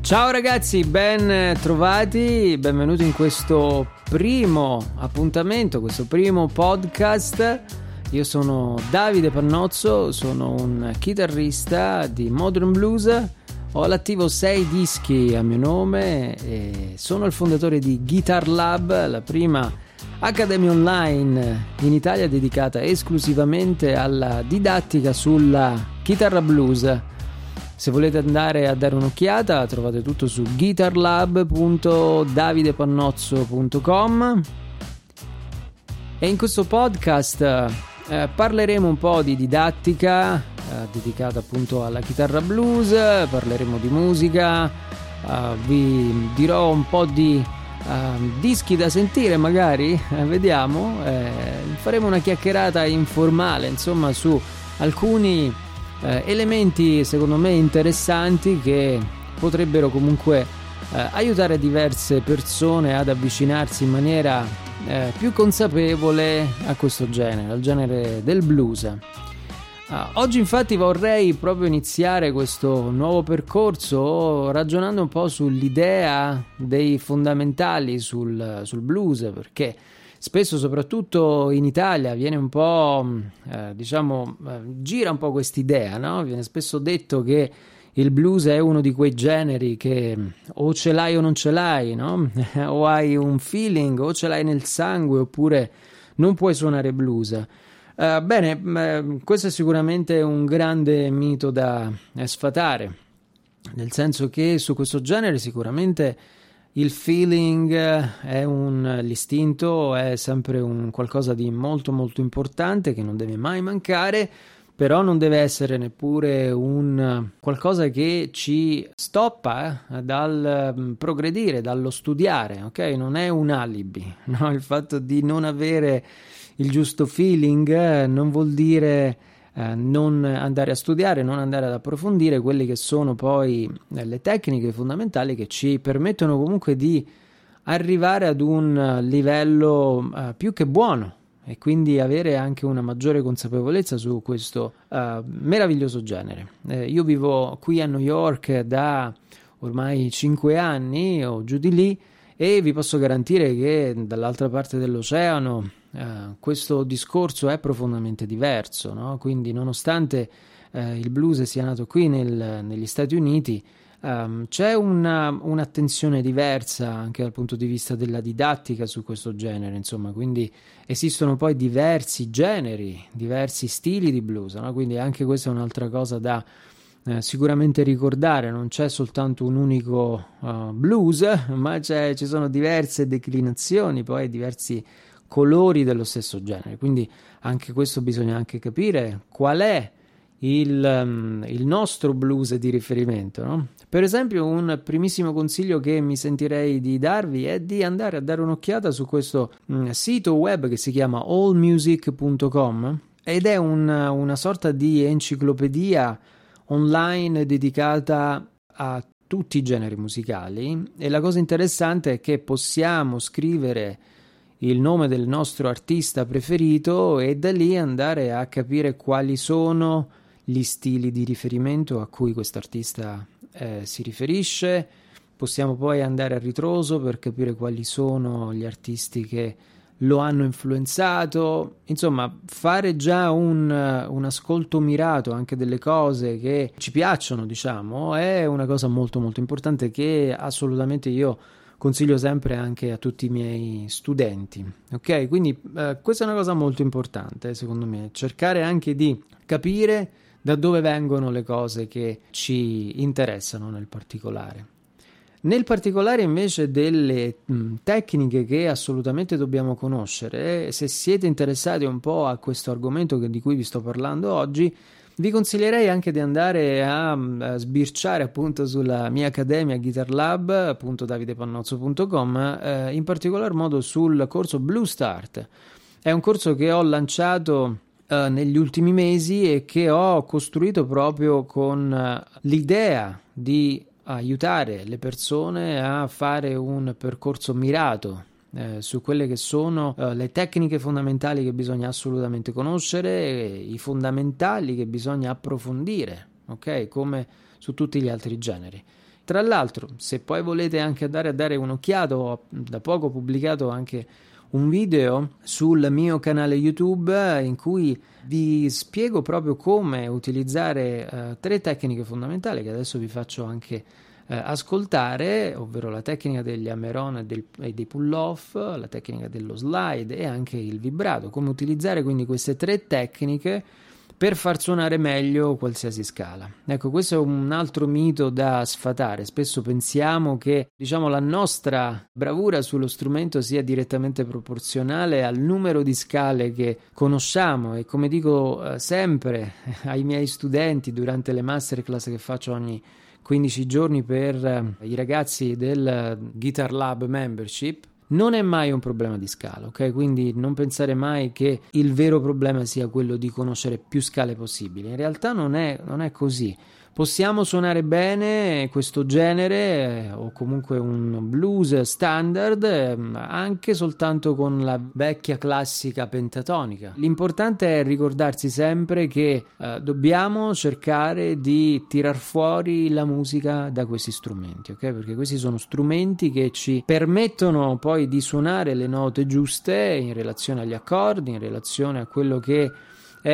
Ciao ragazzi, ben trovati, benvenuti in questo primo appuntamento, questo primo podcast. Io sono Davide Pannozzo, sono un chitarrista di Modern Blues, ho all'attivo 6 dischi a mio nome e sono il fondatore di Guitar Lab, la prima accademia online in Italia dedicata esclusivamente alla didattica sulla chitarra blues. Se volete andare a dare un'occhiata trovate tutto su guitarlab.davidepannozzo.com e in questo podcast parleremo un po' di didattica dedicata appunto alla chitarra blues, parleremo di musica, vi dirò un po' di dischi da sentire magari, vediamo, faremo una chiacchierata informale insomma su alcuni elementi secondo me interessanti che potrebbero comunque aiutare diverse persone ad avvicinarsi in maniera più consapevole a questo genere, al genere del blues. Oggi infatti vorrei proprio iniziare questo nuovo percorso ragionando un po' sull'idea dei fondamentali sul blues, perché spesso, soprattutto in Italia, viene un po', gira un po' quest'idea, no? Viene spesso detto che il blues è uno di quei generi che o ce l'hai o non ce l'hai, no? O hai un feeling, o ce l'hai nel sangue, oppure non puoi suonare blues. Questo è sicuramente un grande mito da sfatare, nel senso che su questo genere sicuramente il feeling l'istinto è sempre un qualcosa di molto molto importante che non deve mai mancare, però non deve essere neppure un qualcosa che ci stoppa dal progredire, dallo studiare, ok? Non è un alibi, no? Il fatto di non avere il giusto feeling non vuol dire non andare a studiare, non andare ad approfondire quelle che sono poi le tecniche fondamentali che ci permettono comunque di arrivare ad un livello più che buono e quindi avere anche una maggiore consapevolezza su questo meraviglioso genere. Io vivo qui a New York da ormai 5 anni o giù di lì e vi posso garantire che dall'altra parte dell'oceano questo discorso è profondamente diverso, no? Quindi nonostante il blues sia nato qui negli Stati Uniti, c'è un'attenzione diversa anche dal punto di vista della didattica su questo genere, insomma, quindi esistono poi diversi generi, diversi stili di blues, no? Quindi anche questa è un'altra cosa da sicuramente ricordare, non c'è soltanto un unico blues, ma ci sono diverse declinazioni, poi diversi colori dello stesso genere, quindi anche questo bisogna anche capire qual è il nostro blues di riferimento, no? Per esempio, un primissimo consiglio che mi sentirei di darvi è di andare a dare un'occhiata su questo sito web che si chiama allmusic.com ed è una sorta di enciclopedia online dedicata a tutti i generi musicali, e la cosa interessante è che possiamo scrivere il nome del nostro artista preferito e da lì andare a capire quali sono gli stili di riferimento a cui quest'artista si riferisce. Possiamo poi andare a ritroso per capire quali sono gli artisti che lo hanno influenzato, insomma fare già un ascolto mirato anche delle cose che ci piacciono, diciamo, è una cosa molto molto importante che assolutamente io consiglio sempre anche a tutti i miei studenti, ok? Quindi questa è una cosa molto importante secondo me, cercare anche di capire da dove vengono le cose che ci interessano nel particolare. Nel particolare invece delle tecniche che assolutamente dobbiamo conoscere, se siete interessati un po' a questo argomento di cui vi sto parlando oggi, vi consiglierei anche di andare a sbirciare appunto sulla mia accademia Guitar Lab, appunto davidepannozzo.com, in particolar modo sul corso Blue Start. È un corso che ho lanciato negli ultimi mesi e che ho costruito proprio con l'idea di aiutare le persone a fare un percorso mirato su quelle che sono le tecniche fondamentali che bisogna assolutamente conoscere, i fondamentali che bisogna approfondire, ok? Come su tutti gli altri generi. Tra l'altro, se poi volete anche andare a dare un'occhiata, ho da poco pubblicato anche un video sul mio canale YouTube in cui vi spiego proprio come utilizzare 3 tecniche fondamentali che adesso vi faccio anche ascoltare, ovvero la tecnica degli hammer-on e dei pull-off, la tecnica dello slide e anche il vibrato. Come utilizzare quindi queste 3 tecniche per far suonare meglio qualsiasi scala. Ecco, questo è un altro mito da sfatare. Spesso pensiamo che, la nostra bravura sullo strumento sia direttamente proporzionale al numero di scale che conosciamo, e come dico sempre ai miei studenti durante le masterclass che faccio ogni 15 giorni per i ragazzi del Guitar Lab Membership, non è mai un problema di scala, ok? Quindi non pensare mai che il vero problema sia quello di conoscere più scale possibili. In realtà non è così. Possiamo suonare bene questo genere o comunque un blues standard anche soltanto con la vecchia classica pentatonica. L'importante è ricordarsi sempre che dobbiamo cercare di tirar fuori la musica da questi strumenti, ok? Perché questi sono strumenti che ci permettono poi di suonare le note giuste in relazione agli accordi, in relazione a quello che è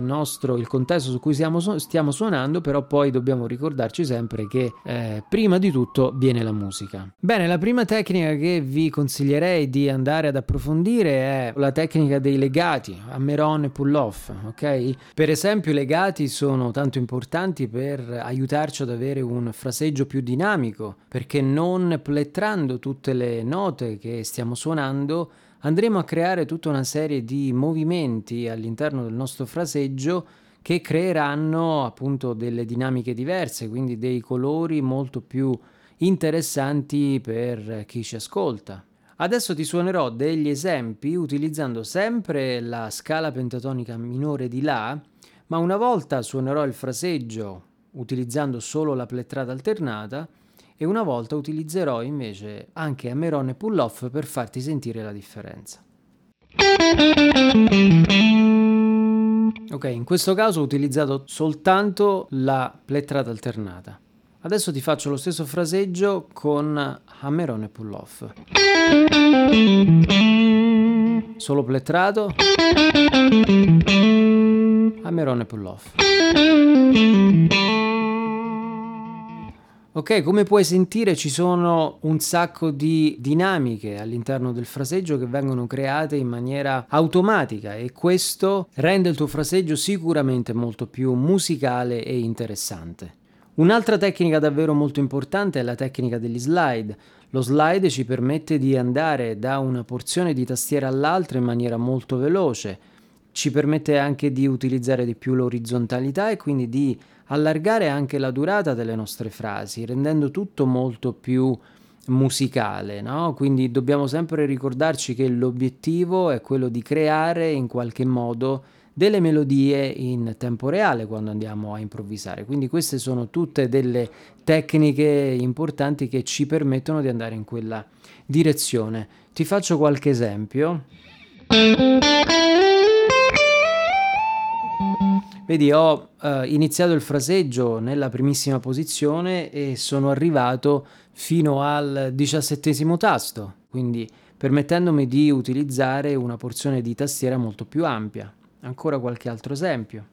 il contesto su cui stiamo suonando, però poi dobbiamo ricordarci sempre che prima di tutto viene la musica. Bene, la prima tecnica che vi consiglierei di andare ad approfondire è la tecnica dei legati, hammer-on e pull-off, ok? Per esempio, i legati sono tanto importanti per aiutarci ad avere un fraseggio più dinamico, perché non plettrando tutte le note che stiamo suonando andremo a creare tutta una serie di movimenti all'interno del nostro fraseggio che creeranno appunto delle dinamiche diverse, quindi dei colori molto più interessanti per chi ci ascolta. Adesso ti suonerò degli esempi utilizzando sempre la scala pentatonica minore di La, ma una volta suonerò il fraseggio utilizzando solo la plettrata alternata e una volta utilizzerò invece anche hammer-on e pull-off per farti sentire la differenza. Ok, in questo caso ho utilizzato soltanto la plettrata alternata. Adesso ti faccio lo stesso fraseggio con hammer-on e pull-off. Solo plettrato, hammer-on e pull-off. Ok, come puoi sentire ci sono un sacco di dinamiche all'interno del fraseggio che vengono create in maniera automatica e questo rende il tuo fraseggio sicuramente molto più musicale e interessante. Un'altra tecnica davvero molto importante è la tecnica degli slide. Lo slide ci permette di andare da una porzione di tastiera all'altra in maniera molto veloce, ci permette anche di utilizzare di più l'orizzontalità e quindi di allargare anche la durata delle nostre frasi, rendendo tutto molto più musicale, no? Quindi dobbiamo sempre ricordarci che l'obiettivo è quello di creare in qualche modo delle melodie in tempo reale quando andiamo a improvvisare. Quindi queste sono tutte delle tecniche importanti che ci permettono di andare in quella direzione. Ti faccio qualche esempio. Vedi, ho iniziato il fraseggio nella primissima posizione e sono arrivato fino al 17° tasto, quindi permettendomi di utilizzare una porzione di tastiera molto più ampia. Ancora qualche altro esempio.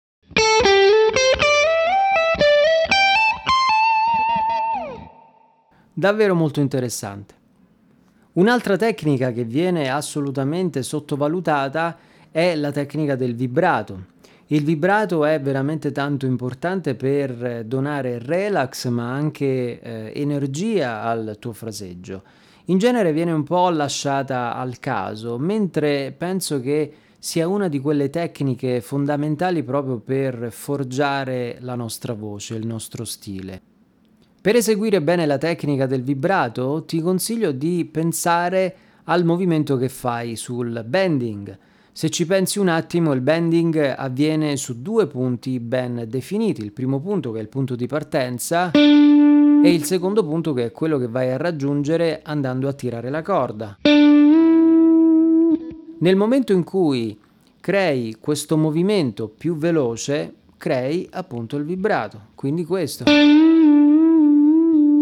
Davvero molto interessante. Un'altra tecnica che viene assolutamente sottovalutata è la tecnica del vibrato. Il vibrato è veramente tanto importante per donare relax ma anche energia al tuo fraseggio. In genere viene un po' lasciata al caso, mentre penso che sia una di quelle tecniche fondamentali proprio per forgiare la nostra voce, il nostro stile. Per eseguire bene la tecnica del vibrato ti consiglio di pensare al movimento che fai sul bending. Se ci pensi un attimo, il bending avviene su 2 punti ben definiti. Il primo punto che è il punto di partenza e il secondo punto che è quello che vai a raggiungere andando a tirare la corda. Nel momento in cui crei questo movimento più veloce, crei appunto il vibrato, quindi questo.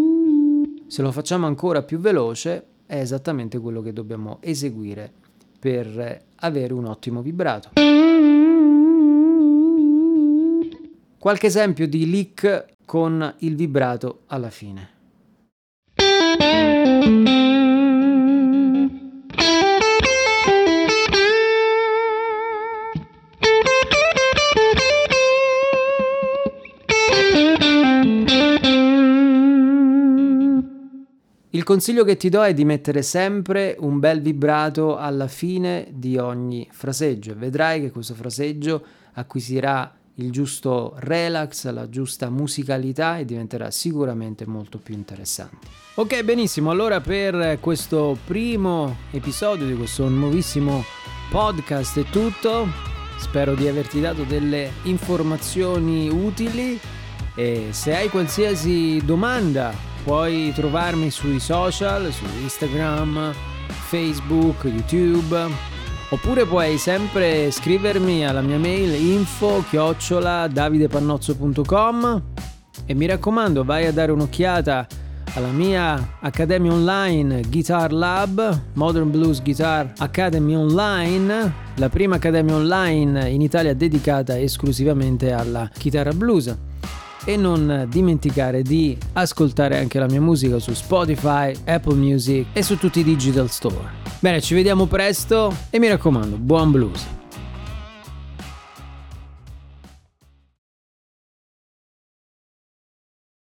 Se lo facciamo ancora più veloce, è esattamente quello che dobbiamo eseguire per avere un ottimo vibrato. Qualche esempio di lick con il vibrato alla fine. Il consiglio che ti do è di mettere sempre un bel vibrato alla fine di ogni fraseggio e vedrai che questo fraseggio acquisirà il giusto relax, la giusta musicalità e diventerà sicuramente molto più interessante. Ok, benissimo, allora per questo primo episodio di questo nuovissimo podcast è tutto. Spero di averti dato delle informazioni utili e se hai qualsiasi domanda puoi trovarmi sui social, su Instagram, Facebook, YouTube, oppure puoi sempre scrivermi alla mia mail info@davidepannozzo.com e mi raccomando vai a dare un'occhiata alla mia accademia online Guitar Lab, Modern Blues Guitar Academy Online, la prima accademia online in Italia dedicata esclusivamente alla chitarra blues. E non dimenticare di ascoltare anche la mia musica su Spotify, Apple Music e su tutti i digital store. Bene, ci vediamo presto e mi raccomando, buon blues!